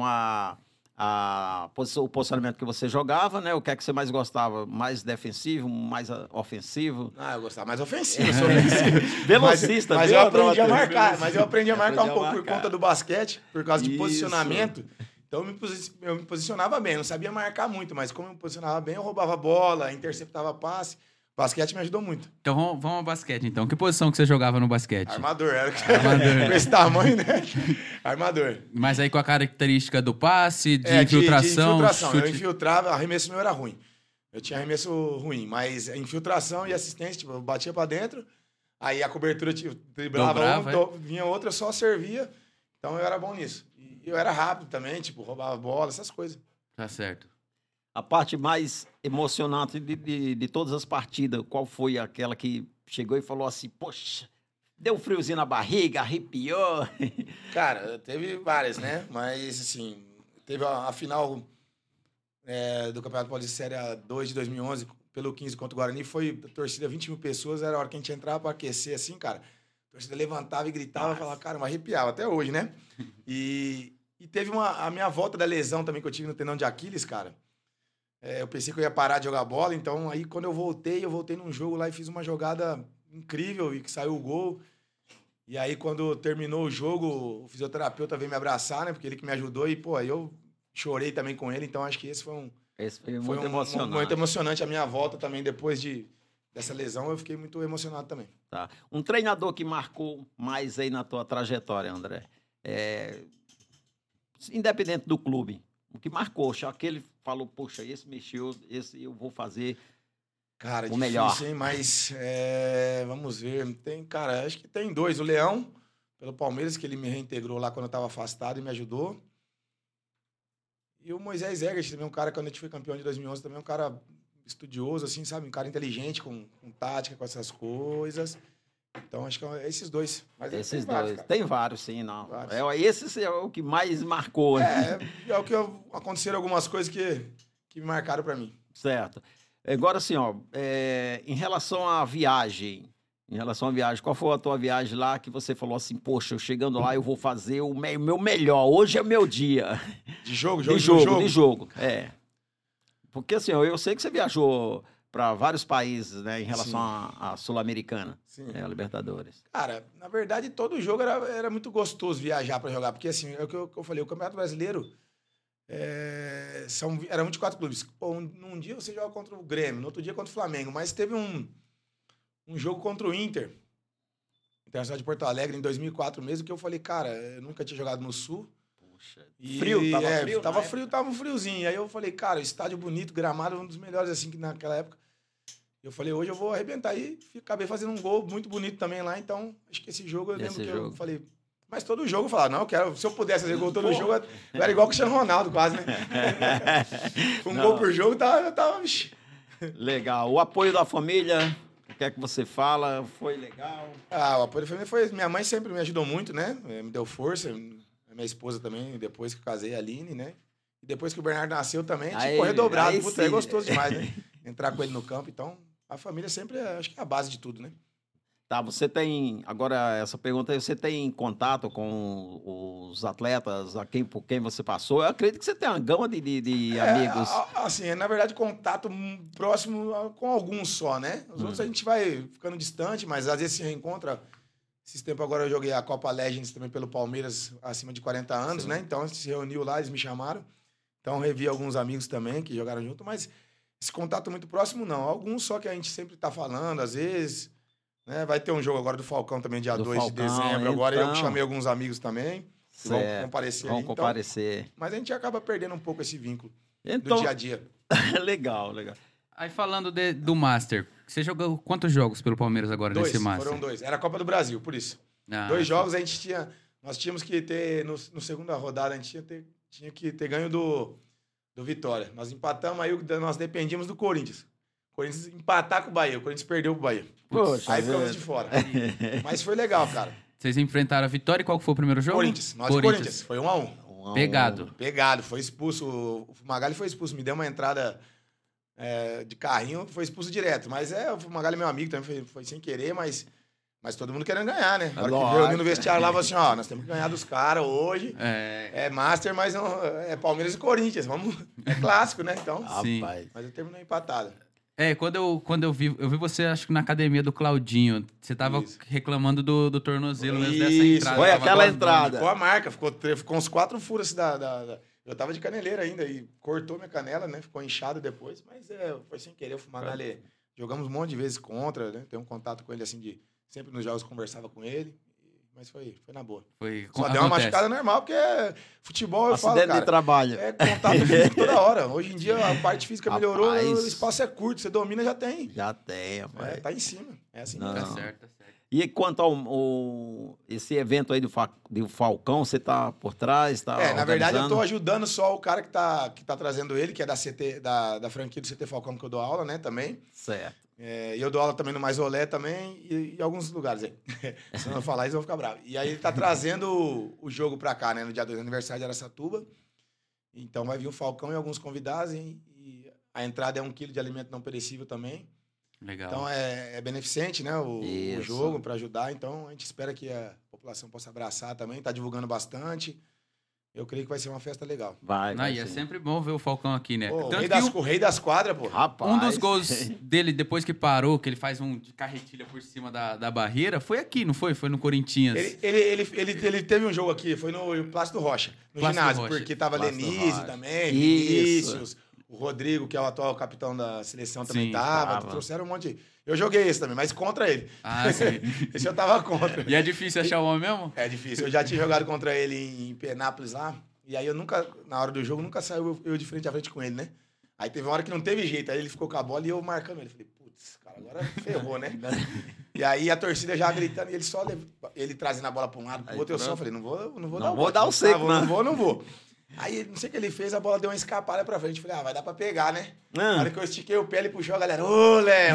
S2: o posicionamento que você jogava, né? O que é que você mais gostava? Mais defensivo, mais ofensivo?
S1: Eu gostava mais ofensivo, eu sou ofensivo.
S2: Velocista,
S1: mas
S2: viu,
S1: eu aprendi a
S2: André?
S1: marcar, mas eu aprendi a marcar
S2: Aprendi
S1: um
S2: a
S1: pouco por
S2: marcar.
S1: conta do basquete, por causa de
S2: Isso.
S1: posicionamento. Então eu me posicionava bem, eu não sabia marcar muito, mas como eu me posicionava bem, eu roubava bola, interceptava passe. O basquete me ajudou muito.
S3: Então vamos ao basquete, então. Que posição que você jogava no basquete?
S1: Armador, era
S3: Armador.
S1: com esse tamanho, né? Armador.
S3: Mas aí com a característica do passe, de
S1: De
S3: infiltração.
S1: infiltração. Eu
S3: chute-
S1: infiltrava, arremesso meu era ruim. Eu tinha arremesso ruim, mas infiltração e assistência, tipo, eu batia pra dentro, aí a cobertura driblava
S3: Dobrava,
S1: vinha outra, eu só servia. Então eu era bom nisso. E eu era rápido também, tipo, roubava bola, essas coisas.
S3: Tá certo.
S2: A parte mais emocionante de todas as partidas, qual foi aquela que chegou e falou assim, poxa, deu um friozinho na barriga, arrepiou?
S1: Cara, teve várias, né? Mas, assim, teve a final do Campeonato Paulista Série A2 de 2011, pelo 15 contra o Guarani, foi torcida 20 mil pessoas, era a hora que a gente entrava pra aquecer, assim, cara. A torcida levantava e gritava, falava, cara, me arrepiava, até hoje, né? E teve a minha volta da lesão também que eu tive no tendão de Aquiles, cara. Eu pensei que eu ia parar de jogar bola, então aí quando eu voltei num jogo lá e fiz uma jogada incrível e que saiu o gol. E aí quando terminou o jogo, o fisioterapeuta veio me abraçar, né? Porque ele que me ajudou e, pô, aí eu chorei também com ele, então acho que esse foi
S2: Esse foi
S1: foi
S2: muito
S1: um
S2: emocionante.
S1: momento emocionante. A minha volta também, depois dessa lesão, eu fiquei muito emocionado também.
S2: Tá. Um treinador que marcou mais aí na tua trajetória, André, independente do clube, o que marcou, já que ele falou, poxa, esse mexeu, esse eu vou fazer
S1: Cara,
S2: o
S1: difícil,
S2: melhor.
S1: hein? Mas vamos ver. Cara, acho que tem dois. O Leão, pelo Palmeiras, que ele me reintegrou lá quando eu estava afastado e me ajudou. E o Moisés Egert, também um cara, quando a gente foi campeão de 2011, também um cara estudioso, assim, sabe? Um cara inteligente, com tática, com essas coisas. Então, acho que é esses dois. Mas
S2: Esses
S1: tem vários,
S2: dois.
S1: cara.
S2: Tem vários, sim, não.
S1: Vários.
S2: Esse é o que mais marcou, né?
S1: É o que aconteceram algumas coisas que me marcaram pra mim.
S2: Certo. Agora, assim, ó, em relação à viagem, qual foi a tua viagem lá que você falou assim, poxa, eu chegando lá eu vou fazer o meu melhor, hoje é meu dia.
S1: De jogo.
S2: De jogo. Porque, assim, ó, eu sei que você viajou para vários países, né, em relação à Sul-Americana,
S1: Sim.
S2: a Libertadores.
S1: Cara, na verdade, todo jogo era muito gostoso viajar pra jogar. Porque, assim, é o que eu falei, o Campeonato Brasileiro eram 24 clubes. Pô, num dia você joga contra o Grêmio, no outro dia contra o Flamengo. Mas teve um jogo contra o Inter, Internacional de Porto Alegre, em 2004 mesmo, que eu falei, cara, eu nunca tinha jogado no Sul.
S2: Puxa,
S1: E,
S2: frio, tava frio?
S1: Tava
S2: na
S1: frio,
S2: época?
S1: tava um friozinho. Aí eu falei, cara, estádio bonito, gramado, um dos melhores, assim, que naquela época. Eu falei, hoje eu vou arrebentar aí. Acabei fazendo um gol muito bonito também lá, então acho que esse jogo eu lembro eu falei. Mas todo jogo eu falava, não, eu quero. Se eu pudesse fazer gol todo jogo, eu era igual o Cristiano Ronaldo, quase, né? Um gol por jogo, eu tava. Vixi.
S2: Legal. O apoio da família, o que é que você fala? Foi legal?
S1: O apoio da família foi. Minha mãe sempre me ajudou muito, né? Me deu força. A minha esposa também, depois que eu casei, a Aline, né? E depois que o Bernardo nasceu também, a gente correu dobrado. Puta, é gostoso demais, né? Entrar com ele no campo. Então, a família sempre, acho que é a base de tudo, né?
S2: Tá, você tem, agora essa pergunta aí, você tem contato com os atletas, por quem você passou? Eu acredito que você tem uma gama de amigos.
S1: Assim, na verdade, contato próximo com alguns só, né? Os outros a gente vai ficando distante, mas às vezes se reencontra. Esses tempos agora eu joguei a Copa Legends também pelo Palmeiras, acima de 40 anos, né? Então a gente se reuniu lá, eles me chamaram. Então revi alguns amigos também que jogaram junto, mas esse contato muito próximo não. Alguns só que a gente sempre tá falando, às vezes... Né? Vai ter um jogo agora do Falcão também, dia 2 de dezembro. Agora eu chamei alguns amigos também. Que vão comparecer
S2: Vão
S1: aí.
S2: comparecer.
S1: Então, mas a gente acaba perdendo um pouco esse vínculo
S2: Então,
S1: do dia a dia.
S2: Legal, legal.
S3: Aí falando do Master, você jogou quantos jogos pelo Palmeiras agora nesse Master?
S1: Foram 2. Era a Copa do Brasil, por isso. 2 jogos nós tínhamos que ter, no segunda rodada, a gente tinha que ter ganho do Vitória. Nós empatamos, aí nós dependíamos do Corinthians. O Corinthians empatar com o Bahia, o Corinthians perdeu pro Bahia.
S2: Poxa,
S1: aí ficamos de fora. Mas foi legal, cara.
S3: Vocês enfrentaram a Vitória e qual foi o primeiro jogo?
S1: Corinthians. Corinthians. Foi 1-1. Pegado. Foi expulso. O Fumagalli foi expulso. Me deu uma entrada de carrinho, foi expulso direto. Mas o Fumagalli é meu amigo, também foi sem querer, mas todo mundo querendo ganhar, né? Na hora que veio no vestiário lá, falou assim, ó, nós temos que ganhar dos caras hoje. É Master, mas não, é Palmeiras e Corinthians. É clássico, né? Então,
S3: sim.
S1: Mas eu terminei empatado.
S3: Quando eu vi você, acho que na academia do Claudinho, você tava reclamando do tornozelo mesmo dessa entrada.
S2: Foi aquela entrada.
S1: Ficou a marca, ficou uns 4 furos eu tava de caneleira ainda e cortou minha canela, né? Ficou inchado depois, mas foi sem querer. O Fumagalli, jogamos um monte de vezes contra, né? Tem um contato com ele, assim, sempre nos jogos conversava com ele. Mas foi na boa. Só deu uma machucada normal, porque futebol, eu falo, cara...
S2: Acidente de trabalho.
S1: É contato físico toda hora. Hoje em dia, a parte física melhorou, o espaço é curto. Você domina, já tem.
S2: Já tem, rapaz.
S1: Tá em cima. É assim.
S3: Tá certo.
S2: E quanto esse evento aí do Falcão, você tá por trás, tá
S1: na verdade, eu tô ajudando só o cara que tá trazendo ele, que é da CT, da franquia do CT Falcão, que eu dou aula, né, também.
S2: Certo.
S1: E eu dou aula também no Mais Olé também e alguns lugares aí. Se eu não falar isso, eu vou ficar bravo. E aí ele tá trazendo o jogo pra cá, né? No dia 2 aniversário de Araçatuba. Então vai vir o Falcão e alguns convidados. E a entrada é 1 quilo de alimento não perecível também.
S3: Legal.
S1: Então é beneficente, né? O jogo para ajudar. Então a gente espera que a população possa abraçar também. Tá divulgando bastante. Eu creio que vai ser uma festa legal.
S3: E é sempre bom ver o Falcão aqui, né?
S1: Pô, o rei das quadras, pô.
S2: Rapaz.
S3: Um dos gols dele, depois que parou, que ele faz um de carretilha por cima da barreira, foi aqui, não foi? Foi no Corinthians.
S1: Ele teve um jogo aqui, foi no Plácido Rocha, no ginásio, porque tava Lenise também, Vinícius, o Rodrigo, que é o atual capitão da seleção, também tava. Trouxeram um monte de... Eu joguei esse também, mas contra ele.
S3: Sim.
S1: Esse eu tava contra.
S3: E é difícil achar o homem mesmo?
S1: É difícil. Eu já tinha jogado contra ele em Penápolis lá. E aí na hora do jogo, nunca saiu eu de frente a frente com ele, né? Aí teve uma hora que não teve jeito. Aí ele ficou com a bola e eu marcando ele. Falei, putz, cara, agora ferrou, né? E aí a torcida já gritando e ele trazendo a bola pra um lado, pro outro. Eu só falei, não vou dar o seco, né? Não vou. Aí, não sei o que ele fez, a bola deu uma escapada pra frente. Falei, vai dar pra pegar, né? Na hora que eu estiquei o pé, ele puxou a galera. Ô, Léo!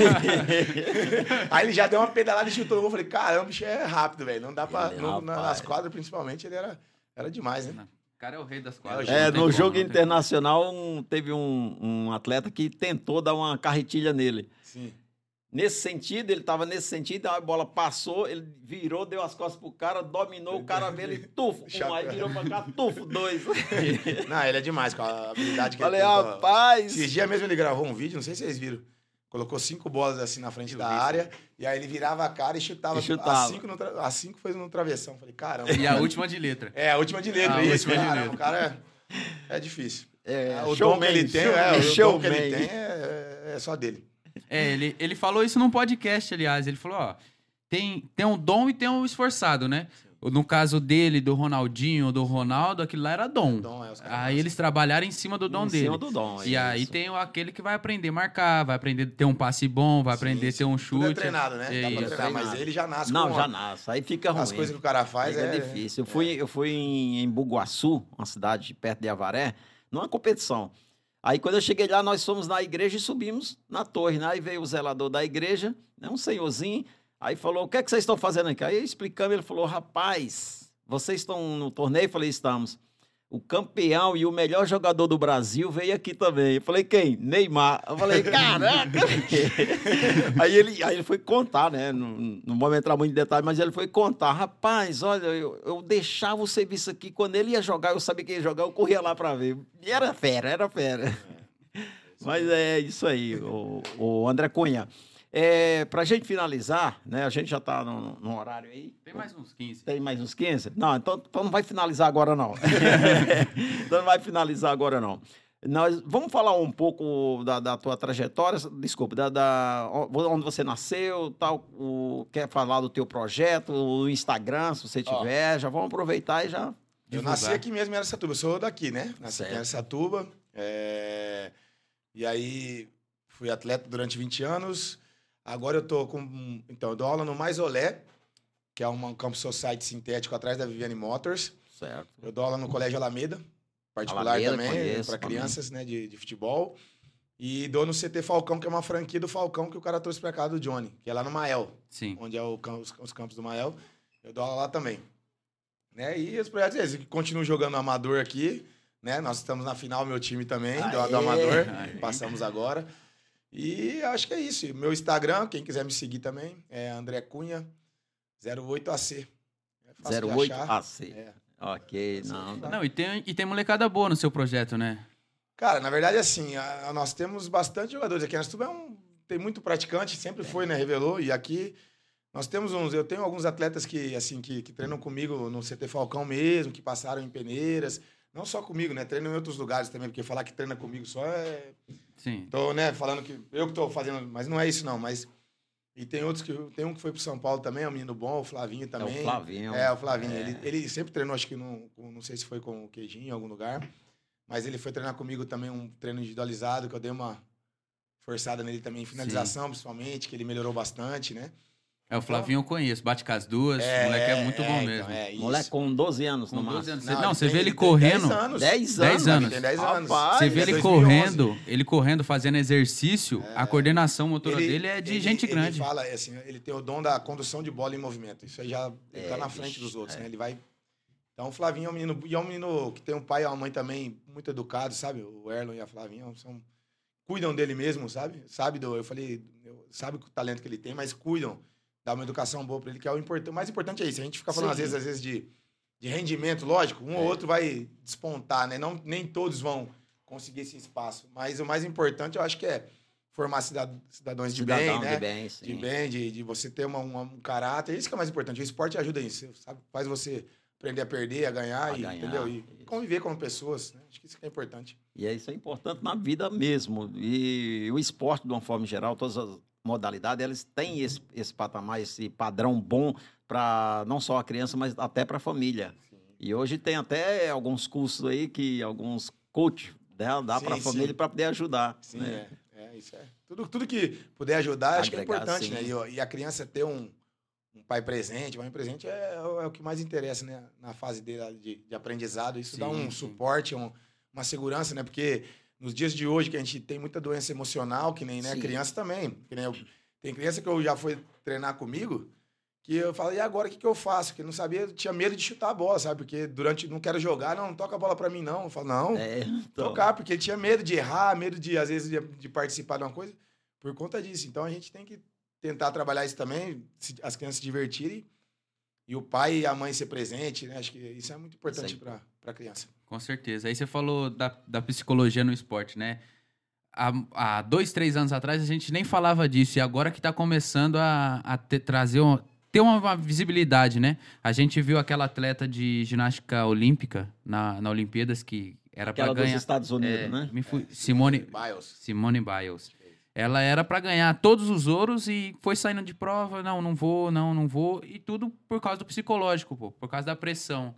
S1: Aí ele já deu uma pedalada e chutou. Eu falei, caramba, o bicho é rápido, velho. Não dá pra... nas quadras, principalmente, ele era demais, né?
S3: O cara é o rei das quadras.
S2: No jogo internacional, teve um atleta que tentou dar uma carretilha nele.
S1: Sim.
S2: Nesse sentido, ele estava nesse sentido, a bola passou, ele virou, deu as costas pro cara, dominou, o cara veio, ele tufo, aí virou pra cá, tufo, 2.
S1: Não, ele é demais com a habilidade que
S2: ele tem.
S1: Falei,
S2: rapaz...
S1: Esses dias mesmo ele gravou um vídeo, não sei se vocês viram, colocou 5 bolas assim na frente da área, e aí ele virava a cara e chutava. As 5 foi no travessão. Falei, caramba.
S3: E a última de letra.
S1: A última de letra, isso. Caramba, o cara é difícil. O dom que ele tem, é só dele.
S3: Ele falou isso num podcast, aliás. Ele falou, ó, tem um dom e tem um esforçado, né? No caso dele, do Ronaldinho, do Ronaldo, aquilo lá era dom. Aí eles trabalharam em cima do dom dele.
S2: Em cima do dom,
S3: E aí tem aquele que vai aprender a marcar, vai aprender a ter um passe bom, vai aprender a ter um chute.
S1: Tudo é treinado, né? Dá pra treinar, mas ele já nasce
S2: já nasce. Aí fica ruim.
S1: As coisas que o cara faz
S2: é difícil. Eu fui em Bugaçu, uma cidade perto de Avaré, numa competição. Aí, quando eu cheguei lá, nós fomos na igreja e subimos na torre, né? Aí veio o zelador da igreja, né? Um senhorzinho, aí falou, o que é que vocês estão fazendo aqui? Aí, explicando, ele falou, rapaz, vocês estão no torneio? Eu falei, estamos. O campeão e o melhor jogador do Brasil veio aqui também. Eu falei, quem? Neymar. Eu falei, caraca! aí ele foi contar, né? Não vou entrar muito em detalhe, mas ele foi contar. Rapaz, olha, eu deixava o serviço aqui. Quando ele ia jogar, eu sabia que ia jogar, eu corria lá pra ver. E era fera. Mas é isso aí, o André Cunha. Pra gente finalizar, né? A gente já tá no horário aí.
S3: Tem mais uns 15.
S2: Tem mais uns 15? Não, então não vai finalizar agora, não. Então não vai finalizar agora, não. Nós vamos falar um pouco da tua trajetória, desculpa, onde você nasceu, tal, quer falar do teu projeto, o Instagram, se você tiver, já vamos aproveitar e já...
S1: Eu nasci aqui mesmo em Araçatuba, eu sou daqui, né? Nasci aqui em Araçatuba, e aí... Fui atleta durante 20 anos. Agora eu tô com... Então, eu dou aula no Mais Olé, que é um campo society sintético atrás da Viviane Motors.
S2: Certo.
S1: Eu dou aula no Colégio Alameda, particular
S2: Alameda,
S1: também,
S2: conheço
S1: para
S2: também.
S1: crianças, né, de futebol. E dou no CT Falcão, que é uma franquia do Falcão que o cara trouxe pra cá do Johnny, que é lá no Mael,
S3: Sim.
S1: onde é os campos do Mael. Eu dou aula lá também. Né? E os projetos eles continuam jogando amador aqui, né? Nós estamos na final, meu time também, do amador.
S3: Aê.
S1: Passamos agora. E acho que é isso. Meu Instagram, quem quiser me seguir também, é André Cunha 08AC. É fácil de achar.
S2: 08AC.
S1: É.
S2: Ok, não.
S3: Não, e tem molecada boa no seu projeto, né?
S1: Cara, na verdade, assim, nós temos bastante jogadores aqui. Nós tem muito praticante, sempre foi, né? Revelou. E aqui nós temos eu tenho alguns atletas que, assim, que treinam comigo no CT Falcão mesmo, que passaram em peneiras. Não só comigo, né? Treinam em outros lugares também, porque falar que treina comigo só é...
S3: Sim.
S1: Tô, né, falando que eu que tô fazendo, mas não é isso não, mas... E tem outros tem um que foi pro São Paulo também, é um menino bom, o Flavinho também.
S2: É o Flavinho.
S1: É, o Flavinho. Ele sempre treinou, acho que não sei se foi com o Queijinho em algum lugar, mas ele foi treinar comigo também um treino individualizado, que eu dei uma forçada nele também em finalização, principalmente, que ele melhorou bastante, né?
S3: É, o Flavinho eu conheço, bate com as duas, o moleque é muito bom mesmo.
S1: Então,
S2: Moleque com 12 anos no
S3: Com 12
S2: máximo.
S3: anos. Não, você vê ele correndo.
S1: 10 anos.
S2: 10
S3: 10 anos.
S1: Tem 10 anos.
S2: Rapaz,
S3: Você vê
S1: ele é
S3: ele
S1: 2011.
S3: correndo, fazendo exercício, a coordenação motora dele é de gente grande.
S1: Ele fala, assim, ele tem o dom da condução de bola em movimento. Isso aí já tá na frente dos outros, né? Ele vai... Então, o Flavinho é um menino... E é um menino que tem um pai e uma mãe também muito educados, sabe? O Erlon e a Flavinha cuidam dele mesmo, sabe? Eu falei... Sabe o talento que ele tem, mas cuidam. Dá uma educação boa para ele, que é o mais importante é isso. A gente fica falando, às vezes, de rendimento, lógico, um ou outro vai despontar, né? Nem todos vão conseguir esse espaço. Mas o mais importante, eu acho que é formar cidadãos de bem, né?
S2: De bem, sim.
S1: De bem, de você ter um caráter. Isso que é o mais importante. O esporte ajuda nisso, sabe? Faz você aprender a perder, a ganhar, entendeu? E conviver com pessoas, né? Acho que isso que é importante.
S2: E isso é importante na vida mesmo. E o esporte, de uma forma geral, todas as modalidades, eles têm esse patamar, esse padrão bom para não só a criança, mas até para a família. Sim. E hoje tem até alguns cursos aí que alguns coaches dá para a família para poder ajudar.
S1: Sim,
S2: né?
S1: Isso é. Tudo que puder ajudar, acho que é importante,
S2: sim.
S1: né? E a criança ter um pai presente, mãe presente é o que mais interessa, né? Na fase dele de aprendizado. Isso dá um suporte, uma segurança, né? Porque nos dias de hoje, que a gente tem muita doença emocional, que nem, né? Criança também. Que nem tem criança que eu já fui treinar comigo, que eu falo, e agora o que eu faço? Porque não sabia, tinha medo de chutar a bola, sabe? Porque não quero jogar, não toca a bola pra mim, não. Eu falo, não, tocar, porque ele tinha medo de errar, medo de, às vezes, de participar de uma coisa, por conta disso. Então, a gente tem que tentar trabalhar isso também, as crianças se divertirem, e o pai e a mãe ser presente, né? Acho que isso é muito importante para a criança.
S3: Com certeza. Aí você falou da psicologia no esporte, né? Há 2, 3 anos atrás a gente nem falava disso, e agora que está começando a ter uma visibilidade, né? A gente viu aquela atleta de ginástica olímpica na Olimpíadas que era para ganhar...
S2: dos Estados Unidos, né?
S3: Simone Biles. Ela era para ganhar todos os ouros e foi saindo de prova, não vou, e tudo por causa do psicológico, pô, por causa da pressão.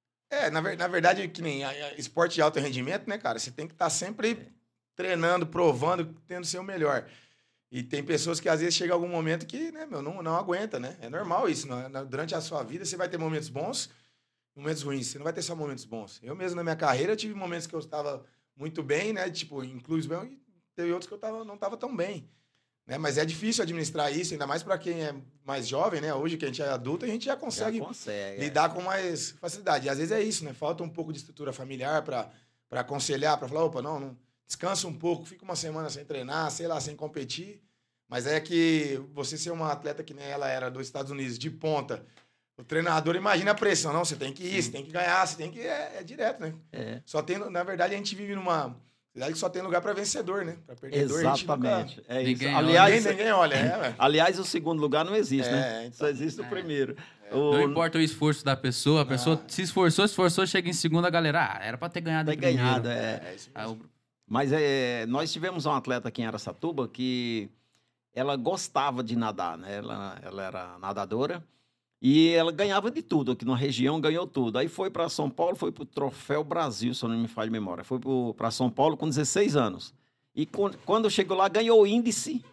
S1: Na verdade, que nem esporte de alto rendimento, né, cara? Você tem que estar sempre treinando, provando, tendo seu melhor. E tem pessoas que às vezes chega algum momento que, né, não aguenta, né? É normal isso. Durante a sua vida, você vai ter momentos bons, momentos ruins. Você não vai ter só momentos bons. Eu mesmo, na minha carreira, tive momentos que eu estava muito bem, né? Tipo, inclusive, e teve outros que eu não estava tão bem. Né? Mas é difícil administrar isso, ainda mais para quem é mais jovem, né? Hoje que a gente é adulto, a gente já consegue lidar com mais facilidade. E às vezes é isso, né? Falta um pouco de estrutura familiar para aconselhar, para falar, opa, não, descansa um pouco, fica uma semana sem treinar, sei lá, sem competir. Mas é que você ser uma atleta que nem ela era dos Estados Unidos, de ponta, o treinador imagina a pressão, não, você tem que ir, você tem que ganhar, você tem que... É direto, né? Só tem, na verdade, a gente vive numa... que só tem lugar para vencedor, né? Para perdedor,
S2: exatamente.
S1: A gente
S2: nunca... Aliás,
S1: ninguém olha.
S2: Aliás, o segundo lugar não existe, né?
S1: Então,
S2: só existe o primeiro.
S3: Não importa o esforço da pessoa, a pessoa se esforçou, chega em segundo, a galera, era para ter ganhado em primeiro.
S2: Isso mesmo. Mas nós tivemos uma atleta aqui em Araçatuba que ela gostava de nadar, né? Ela era nadadora e ela ganhava de tudo aqui na região, ganhou tudo. Aí foi para São Paulo, foi para o Troféu Brasil, se eu não me falha a memória. Foi para São Paulo com 16 anos. E quando chegou lá, ganhou o índice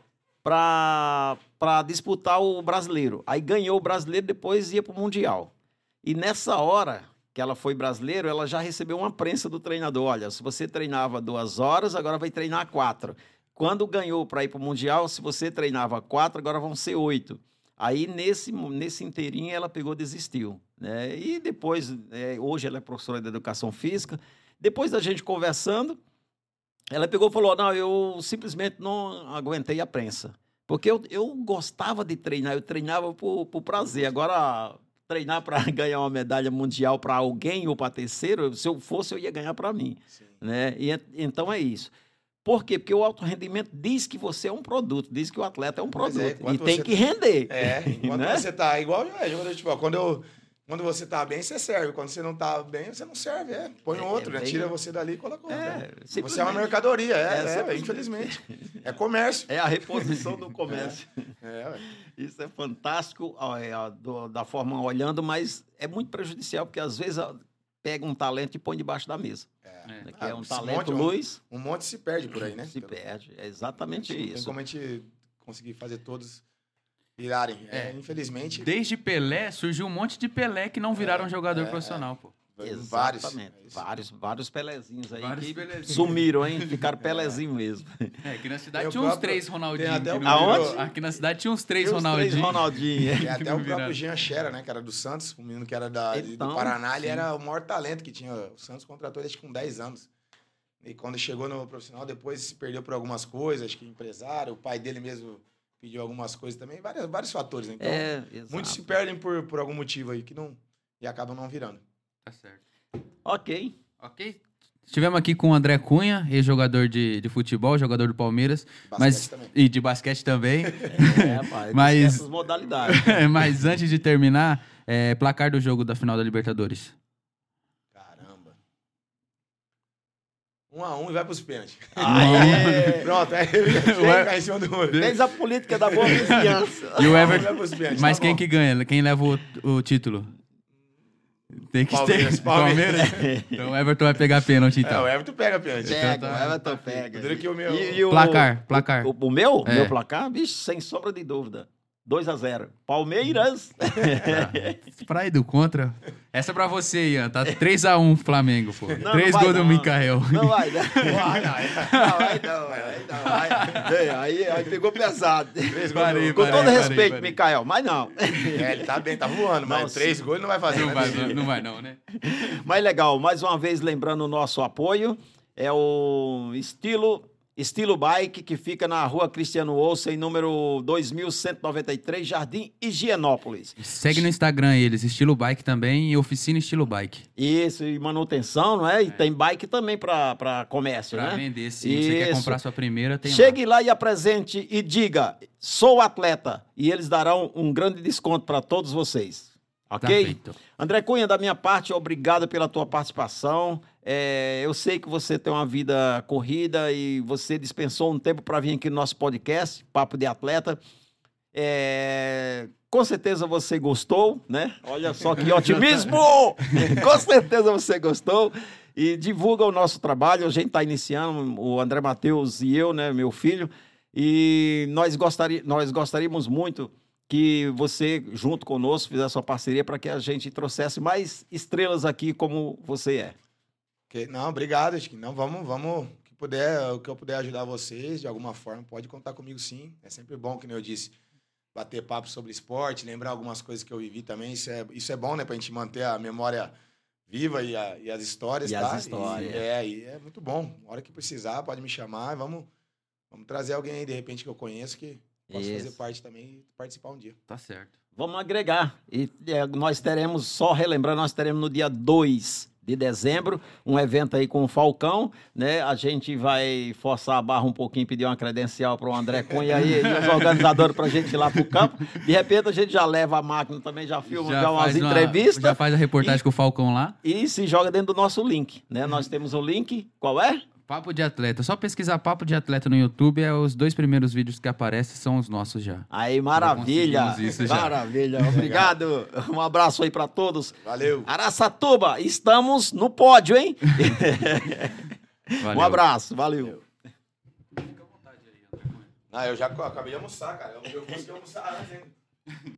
S2: para disputar o brasileiro. Aí ganhou o brasileiro, depois ia para o Mundial. E nessa hora que ela foi brasileiro, ela já recebeu uma prensa do treinador. Olha, se você treinava 2 horas, agora vai treinar 4. Quando ganhou para ir para o Mundial, se você treinava 4, agora vão ser 8. Aí, nesse inteirinho, ela pegou e desistiu, né? E depois, hoje ela é professora de Educação Física. Depois da gente conversando, ela pegou e falou, não, eu simplesmente não aguentei a prensa. Porque eu gostava de treinar, eu treinava por prazer. Agora, treinar para ganhar uma medalha mundial para alguém ou para terceiro, se eu fosse, eu ia ganhar para mim. Né? E, então, é isso. Por quê? Porque o alto rendimento diz que você é um produto, diz que o atleta é um produto. E tem que render.
S1: Enquanto
S2: né?
S1: você tá igual jogador de futebol. Quando você tá bem, você serve. Quando você não tá bem, você não serve. Põe outro, né? Tira você dali e coloca outro. Você é uma mercadoria, infelizmente. É comércio.
S2: É a reposição do comércio. Isso é fantástico da forma olhando, mas é muito prejudicial, porque às vezes pega um talento e põe debaixo da mesa. Que é um talento luz.
S1: Um monte se perde por aí, né?
S2: Se perde, é exatamente isso.
S1: Tem como a gente conseguir fazer todos virarem. Infelizmente.
S3: Desde Pelé, surgiu um monte de Pelé que não viraram jogador profissional, pô.
S2: Exatamente. Vários Pelezinhos aí sumiram, hein? Ficaram Pelezinho mesmo.
S3: Aqui na cidade tinha uns 3 Ronaldinhos.
S2: Aonde?
S3: Aqui na cidade tinha uns 3 Ronaldinhos.
S1: Tem até o próprio Jean Xera, né? Que era do Santos, um menino que era do Paraná. Ele era o maior talento que tinha. O Santos contratou ele com 10 anos. E quando chegou no profissional, depois se perdeu por algumas coisas, acho que empresário, o pai dele mesmo pediu algumas coisas também, vários fatores, né? Então, muitos se perdem por algum motivo aí e acabam não virando.
S3: Tá certo.
S2: Ok.
S3: Estivemos aqui com o André Cunha, ex-jogador de futebol, jogador do Palmeiras. E de basquete também.
S2: Rapaz, essas modalidades.
S3: Mas antes de terminar, placar do jogo da final da Libertadores.
S1: Caramba. 1-1 e vai pros pênaltis.
S2: Pronto,
S1: fica em cima do olho.
S2: Fez a política da boa vizinhança.
S3: E o Everton. Mas quem que ganha? Quem leva o título? Tem que Palmeiras. Então o Everton vai pegar pênalti, então.
S1: O Everton pega pênalti.
S2: O Everton pega.
S3: Placar.
S2: O meu? Meu placar? Vixe, sem sombra de dúvida. 2-0. Palmeiras.
S3: Pra ir do contra. Essa é pra você, Ian. Tá 3-1 Flamengo, pô. 3 gols do Mikael.
S2: Não vai, não. Aí pegou pesado. Com todo respeito, Mikael, mas não.
S1: Ele tá bem, tá voando, mas 3 gols ele não vai fazer.
S3: Não vai, não, né?
S2: Mas legal, mais uma vez lembrando o nosso apoio, é o Estilo Bike, que fica na Rua Cristiano Olsen, número 2193, Jardim Higienópolis.
S3: Segue no Instagram eles, Estilo Bike também e Oficina Estilo Bike.
S2: Isso, e manutenção, não é? E tem bike também para comércio, né?
S3: Para vender, sim. Isso. Você quer comprar sua primeira, tem
S2: Chegue lá e apresente e diga, sou atleta, e eles darão um grande desconto para todos vocês. Ok? Tá. André Cunha, da minha parte, obrigado pela tua participação. Eu sei que você tem uma vida corrida e você dispensou um tempo para vir aqui no nosso podcast, Papo de Atleta. Com certeza você gostou, né? Olha só que otimismo! Com certeza você gostou. E divulga o nosso trabalho. A gente está iniciando, o André Matheus e eu, né, meu filho. E nós gostaríamos muito que você, junto conosco, fizesse uma parceria para que a gente trouxesse mais estrelas aqui como você é.
S1: Não, obrigado. Não, vamos, o que eu puder ajudar vocês, de alguma forma, pode contar comigo sim. É sempre bom, como eu disse, bater papo sobre esporte, lembrar algumas coisas que eu vivi também. Isso é bom, né, pra gente manter a memória viva e as histórias, tá?
S2: As histórias.
S1: E é muito bom. Na hora que precisar, pode me chamar. Vamos trazer alguém aí, de repente, que eu conheço, que posso fazer parte também e participar um dia.
S3: Tá certo.
S2: Vamos agregar. E nós teremos, só relembrando, nós teremos no dia 2 de dezembro, um evento aí com o Falcão, né? A gente vai forçar a barra um pouquinho, pedir uma credencial para o André Cunha e os organizadores para a gente ir lá pro campo. De repente a gente já leva a máquina também, já filma já umas entrevistas.
S3: Já faz a reportagem com o Falcão lá.
S2: E se joga dentro do nosso link, né? Nós temos o link, qual é?
S3: Papo de Atleta. Só pesquisar Papo de Atleta no YouTube, os 2 primeiros vídeos que aparecem são os nossos já.
S2: Aí, maravilha. Maravilha. Obrigado. Um abraço aí para todos.
S1: Valeu.
S2: Araçatuba, estamos no pódio, hein?
S3: Valeu.
S2: Um abraço. Valeu.
S1: Ah, eu já acabei de almoçar, cara. Eu consegui almoçar antes ainda.